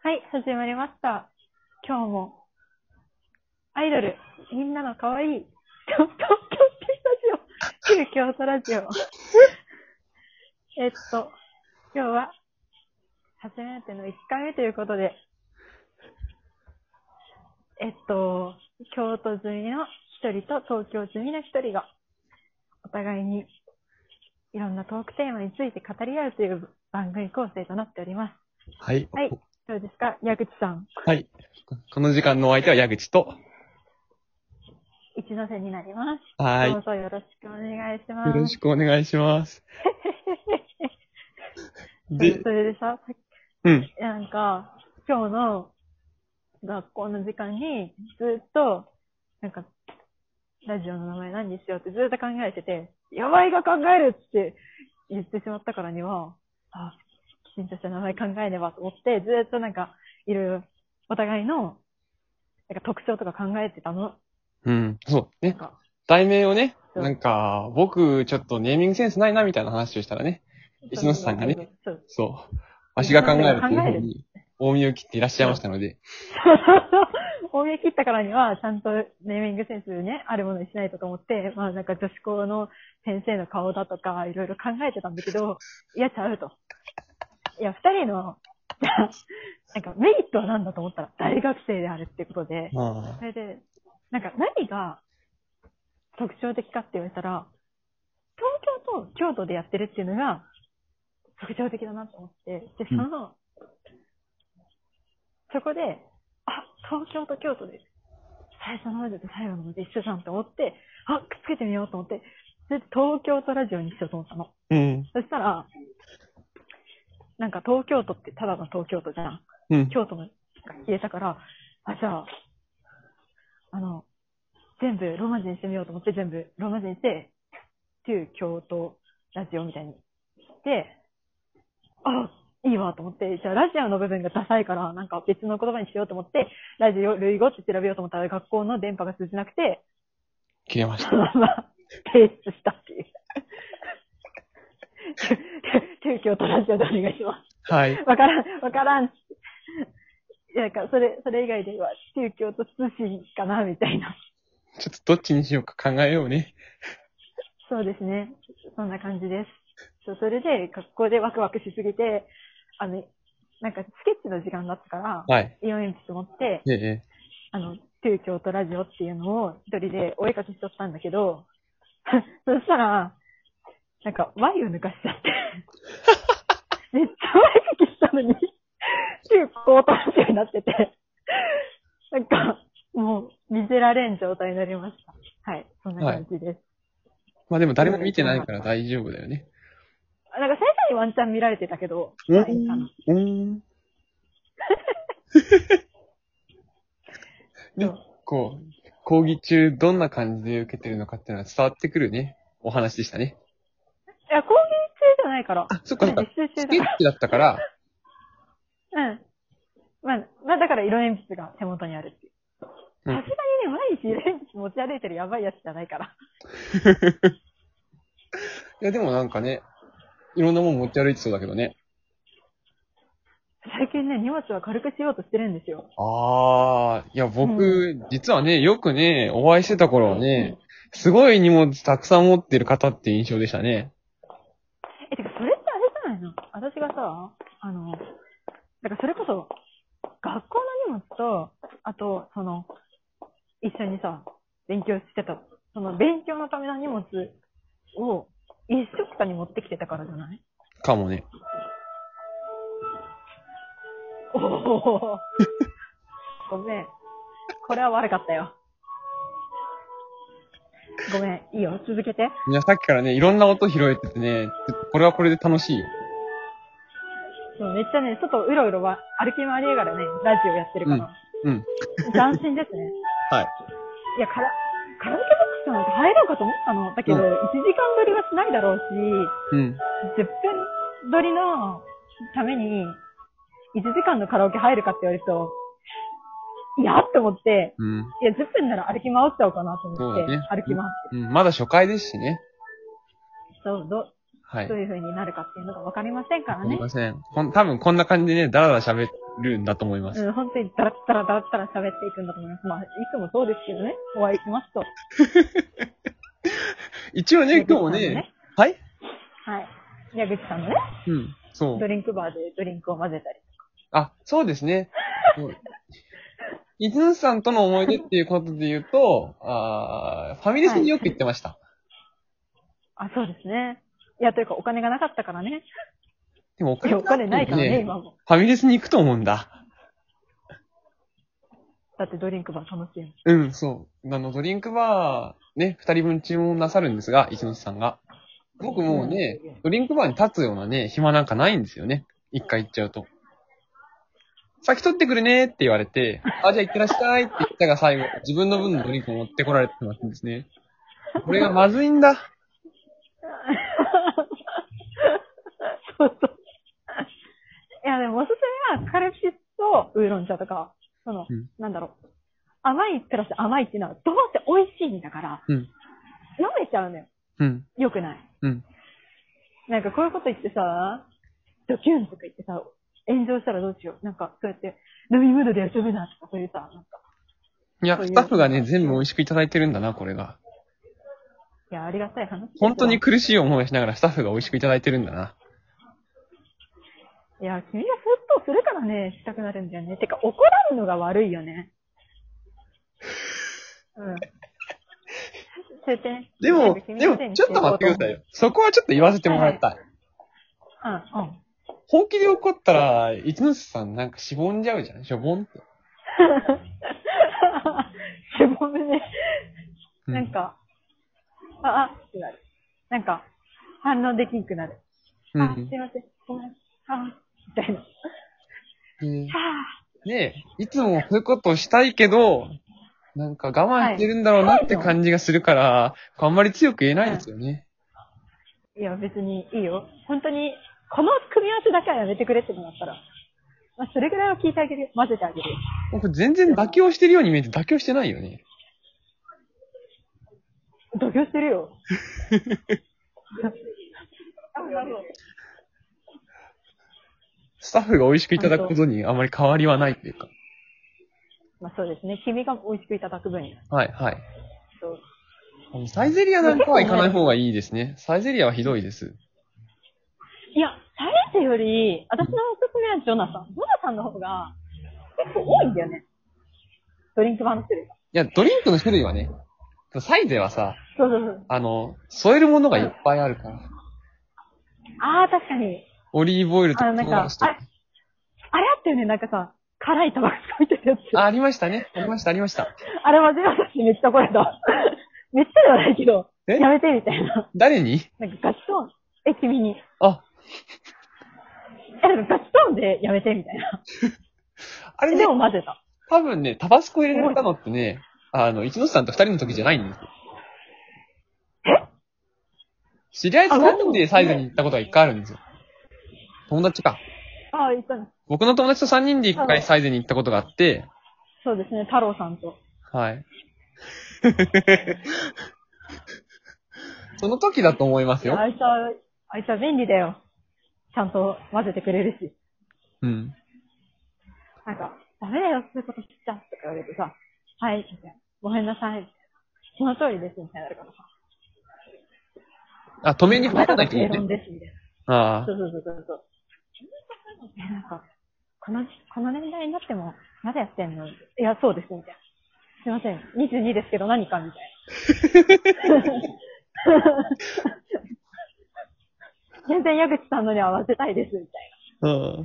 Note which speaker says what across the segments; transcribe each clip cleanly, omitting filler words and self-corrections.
Speaker 1: はい、始まりました。今日も、アイドル、みんなの可愛い、東京スタジオ、旧京都ラジオ。今日は、初めての1回目ということで、京都済みの1人と東京済みの1人が、お互いに、いろんなトークテーマについて語り合うという番組構成となっております。
Speaker 2: はい。
Speaker 1: はい、どうですか、矢口さん。
Speaker 2: はい。この時間のお相手は矢口と。
Speaker 1: 一ノ瀬になります。
Speaker 2: はい。
Speaker 1: どうぞよろしくお願いします。
Speaker 2: よろしくお願いします。で、
Speaker 1: それでさ、なんか、今日の学校の時間にずっと、なんか、ラジオの名前何にしようってずっと考えてて、やばいが考えるって言ってしまったからには、きちんとした名前考えねばと思って、ずっとなんか、いろいろお互いのなんか特徴とか考えてたの。
Speaker 2: そうね。題名をね、僕ちょっとネーミングセンスないなみたいな話をしたらね、一ノ瀬さんがね、わしが考えるっていうふうに、大見を切っていらっしゃいましたので。
Speaker 1: 大見を切ったからには、ちゃんとネーミングセンスね、あるものにしないとと思って、女子校の先生の顔だとか、いろいろ考えてたんだけど、いや、ちゃうと。いや、二人の、メリットは何だと思ったら、大学生であるっていうことで、それで、何が特徴的かって言われたら、東京と京都でやってるっていうのが特徴的だなと思って、で、そこで、東京と京都で、最初の文字と最後の文字一緒じゃんと思って、くっつけてみようと思って、東京都ラジオにしようと思ったの。そしたら、東京都ってただの東京都じゃん。京都が消えたから、じゃあ、全部ローマ字にしてみようと思って、全部ローマ字にして、旧京都ラジオみたいにして、いいわと思って、じゃあラジオの部分がダサいから、別の言葉にしようと思って、ラジオ類語って調べようと思ったら、学校の電波が通じなくて、
Speaker 2: 消えました。
Speaker 1: 提出したっていう。旧京都ラジオでお願いします。
Speaker 2: はい。
Speaker 1: わからん。それ以外では、旧京都通信かな、みたいな。
Speaker 2: ちょっとどっちにしようか考えようね。
Speaker 1: そうですね。そんな感じです。それで、学校でワクワクしすぎて、スケッチの時間だったから、色鉛筆持って、旧京都ラジオっていうのを一人でお絵かきしとったんだけど、そしたら、Y を抜かしちゃって、めっちゃお絵かきしたのに、旧京都ラジオになってて、もう、見せられん状態になりました。はい、そんな感じです。
Speaker 2: でも誰も見てないから大丈夫だよね。
Speaker 1: 先生にワンチャン見られてたけど、
Speaker 2: 講義中どんな感じで受けてるのかっていうのは伝わってくるね、お話でしたね。
Speaker 1: いや、講義中じゃないから。
Speaker 2: そっか。スケッチだったから。
Speaker 1: だから色鉛筆が手元にあるっていう。さすがにね、毎日色鉛筆持ち歩いてるやばいやつじゃないから。
Speaker 2: いや、でもいろんなもん持ち歩いてそうだけどね。
Speaker 1: 最近ね、荷物は軽くしようとしてるんですよ。
Speaker 2: いや、僕、実はね、よくね、お会いしてた頃はね、すごい荷物たくさん持ってる方って印象でしたね。
Speaker 1: てか、それってあれじゃないの？私がさ、それこそ、学校の荷物と、あと、一緒にさ、勉強してた、勉強のための荷物を一緒くたに持ってきてたからじゃない？
Speaker 2: かもね。
Speaker 1: ごめん。これは悪かったよ。ごめん。いいよ。続けて。
Speaker 2: いや、さっきからね、いろんな音拾えててね、これはこれで楽しいよ。
Speaker 1: めっちゃね、外うろうろは歩き回りながらね、ラジオやってるから。斬新ですね。
Speaker 2: はい。
Speaker 1: いや、カラオケボックスなんて入ろうかと思ったの。だけど、1時間撮りはしないだろうし、10分撮りのために、1時間のカラオケ入るかって言われると、いやって思って、いや、10分なら歩き回っちゃおうかなと思って、歩き回って。
Speaker 2: まだ初回ですしね。
Speaker 1: どういう風になるかっていうのがわかりませんからね。
Speaker 2: わかりません。多分こんな感じでね、だらだら喋るんだと思います。
Speaker 1: うん、本当にダラッダラダラッダラ喋っていくんだと思います。まあ、いつもそうですけどね、お会いしますと。
Speaker 2: 一応ね、今日もね、はい。
Speaker 1: はい。矢口さんのね、
Speaker 2: うん、そう。
Speaker 1: ドリンクバーでドリンクを混ぜたりと
Speaker 2: か。あ、そうですね。伊豆さんとの思い出っていうことで言うと、ファミレスによく行ってました。
Speaker 1: あ、そうですね。いや、というかお金がなかったからね。
Speaker 2: でも
Speaker 1: お金ないからね、今も。
Speaker 2: ファミレスに行くと思うんだ。
Speaker 1: だってドリンクバー楽しい。
Speaker 2: うん、そう。ドリンクバー、ね、2人分注文なさるんですが、一ノ瀬さんが。僕もうね、ドリンクバーに立つようなね、暇なんかないんですよね。一回行っちゃうと。先取ってくるねって言われて、あ、じゃあ行ってらっしゃいって言ったが最後、自分の分のドリンクを持ってこられてますんですね。これがまずいんだ。
Speaker 1: そうそう。いや、でもおすすめはカルピスとウーロン茶とか、なんだろう。甘いプラス甘いっていうのはどうせ美味しいんだから、飲めちゃうのよ。よくない。なんかこういうこと言ってさ、ドキュンとか言ってさ、炎上したらどうしよう。なんか、そうやって、飲み物で遊ぶなとか、そういうさ、なんか。
Speaker 2: いや、スタッフがね、全部美味しくいただいてるんだな、これが。
Speaker 1: いや、ありがたい話。
Speaker 2: 本当に苦しい思いをしながらスタッフが美味しくいただいてるんだな。
Speaker 1: いや、君がそういうことをするからね、したくなるんだよね。てか、怒らんのが悪いよね。そうやってね。
Speaker 2: でも、ちょっと待ってくださいよ。そこはちょっと言わせてもらいたい。本気で怒ったら、一ノ瀬さんなんかしぼんじゃうじゃん。しょぼんって。
Speaker 1: しぼむね。なんか、ってなる。なんか、反応できんくなる。すいません。ごめん。みたいな。
Speaker 2: ねえ、いつもそういうことをしたいけど、なんか我慢してるんだろうなって感じがするから、あんまり強く言えないですよね。
Speaker 1: いや、別にいいよ。本当に、この組み合わせだけはやめてくれってのだったら、まあ、それぐらいは聞いてあげるよ。混ぜてあげるよ。
Speaker 2: 僕全然妥協してるように見えて妥協してないよね。
Speaker 1: 妥協してるよ。
Speaker 2: スタッフが美味しくいただくことにあまり変わりはないっていうか。
Speaker 1: まあそうですね。君が美味しくいただく分に。
Speaker 2: はいはい。サイゼリアなんかは行かない方がいいですね。サイゼリアはひどいです。
Speaker 1: いや、サイゼより、私のおすすめはジョナサン。ジョナサンの方が結構多いんだよね。ドリンクバーの種類が。い
Speaker 2: や、ドリンクの種類はね、サイゼはさ、
Speaker 1: そう
Speaker 2: 添えるものがいっぱいあるから。
Speaker 1: ああ、確かに。
Speaker 2: オリーブオイルとか。
Speaker 1: あれあったよね、なんかさ、辛いタバスコみたいなやつ。
Speaker 2: ありましたね。ありました、ありました。
Speaker 1: あれマジで私めっちゃ怒られた。めっちゃではないけど、やめてみたいな。
Speaker 2: 誰に？
Speaker 1: なんかガチトーン。君に。
Speaker 2: あ。
Speaker 1: でもガチトーンでやめてみたいな。
Speaker 2: あれね。
Speaker 1: でも混ぜた。
Speaker 2: 多分ね、タバスコ入れられたのってね、一ノ瀬さんと二人の時じゃないんですよ。知り合い3人でサイズに行ったことが1回あるんですよ。友達か。
Speaker 1: 行ったの。
Speaker 2: 僕の友達と3人で1回サイズに行ったことがあって。
Speaker 1: そうですね、太郎さんと。
Speaker 2: はい。その時だと思いますよ。
Speaker 1: あいつは便利だよ。ちゃんと混ぜてくれるし。なんか、ダメだよ、そういうことしちゃとか言われてさ、はい、みたいな。ごめんなさい、みたいな。その通りです、みたいになるからさ。
Speaker 2: 止めに入らなきゃいけない。
Speaker 1: です、みたい
Speaker 2: な。
Speaker 1: そう。なんか、この年代になっても、まだやってんの？いや、そうです、みたいな。すいません、22ですけど何かみたいな。全然矢口さんのに合わせたいです、みたいな。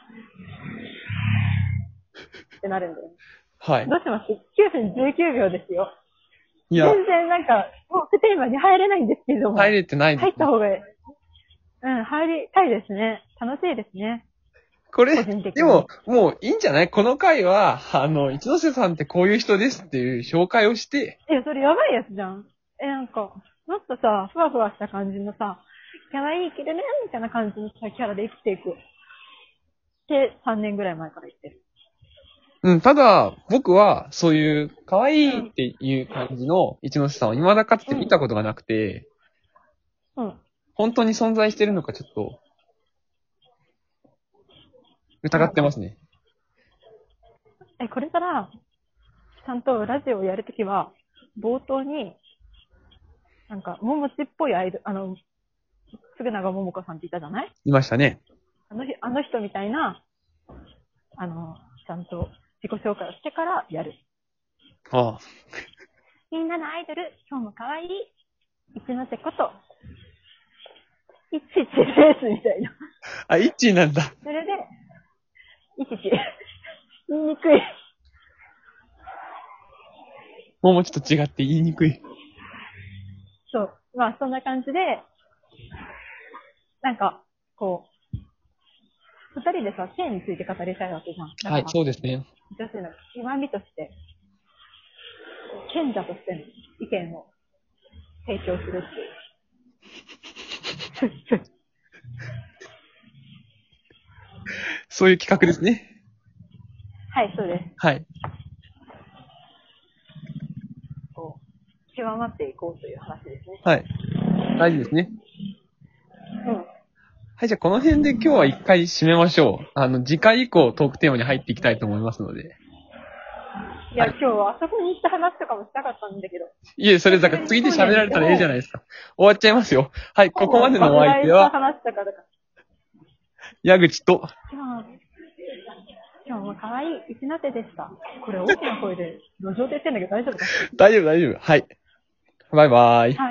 Speaker 1: ってなるんだよね。
Speaker 2: はい。
Speaker 1: どうします？ 9 分19秒ですよ。
Speaker 2: いや。
Speaker 1: 全然なんか、もうテーマに入れないんですけども。
Speaker 2: 入れてないです、ね。
Speaker 1: 入った方がいい。入りたいですね。楽しいですね。
Speaker 2: これ、でも、もういいんじゃない？この回は、一ノ瀬さんってこういう人ですっていう紹介をして。
Speaker 1: それやばいやつじゃん。なんか、もっとさ、ふわふわした感じのさ、可愛いけどね、みたいな感じのさ、キャラで生きていく。って3年ぐらい前から言ってる。
Speaker 2: ただ、僕は、そういう、可愛いっていう感じの一ノ瀬さんを未だかつて見たことがなくて、本当に存在してるのかちょっと、疑ってますね。
Speaker 1: これから、ちゃんとラジオをやるときは、冒頭に、なんか、ももちっぽい嗣永桃子さんっていたじゃない？
Speaker 2: いましたね。
Speaker 1: あの人みたいな、ちゃんと自己紹介をしてからやる。
Speaker 2: ああ。
Speaker 1: みんなのアイドル、今日も可愛い、一ノ瀬こと、いちいちレースみたいな。
Speaker 2: あ、イッチーなんだ。
Speaker 1: それで、いちいち、言いにくい。
Speaker 2: もうちょっと違って言いにくい。
Speaker 1: そう。まあ、そんな感じで、なんか、こう、二人でさ、性について語りたいわけじゃん。
Speaker 2: はい、そうですね。
Speaker 1: 女性の極みとして、賢者としての意見を提供するっていう。
Speaker 2: そういう企画ですね。
Speaker 1: はい、そうです。
Speaker 2: はい。
Speaker 1: こう、極まっていこうという話ですね。
Speaker 2: はい。大事ですね。
Speaker 1: うん。
Speaker 2: はい、じゃあこの辺で今日は一回締めましょう。次回以降トークテーマに入っていきたいと思いますので。
Speaker 1: いや、今日はあそこに行った話とかもしたかったんだけど。
Speaker 2: いえ、それだから次で喋られたらいいじゃないですか。終わっちゃいますよ。はい、ここまでのお相手は、矢口と、
Speaker 1: 今日も可愛い一ノ瀬でした。これ大きな声で路上で言ってんだけど大丈夫か？
Speaker 2: 大丈夫。はい。バイバイ。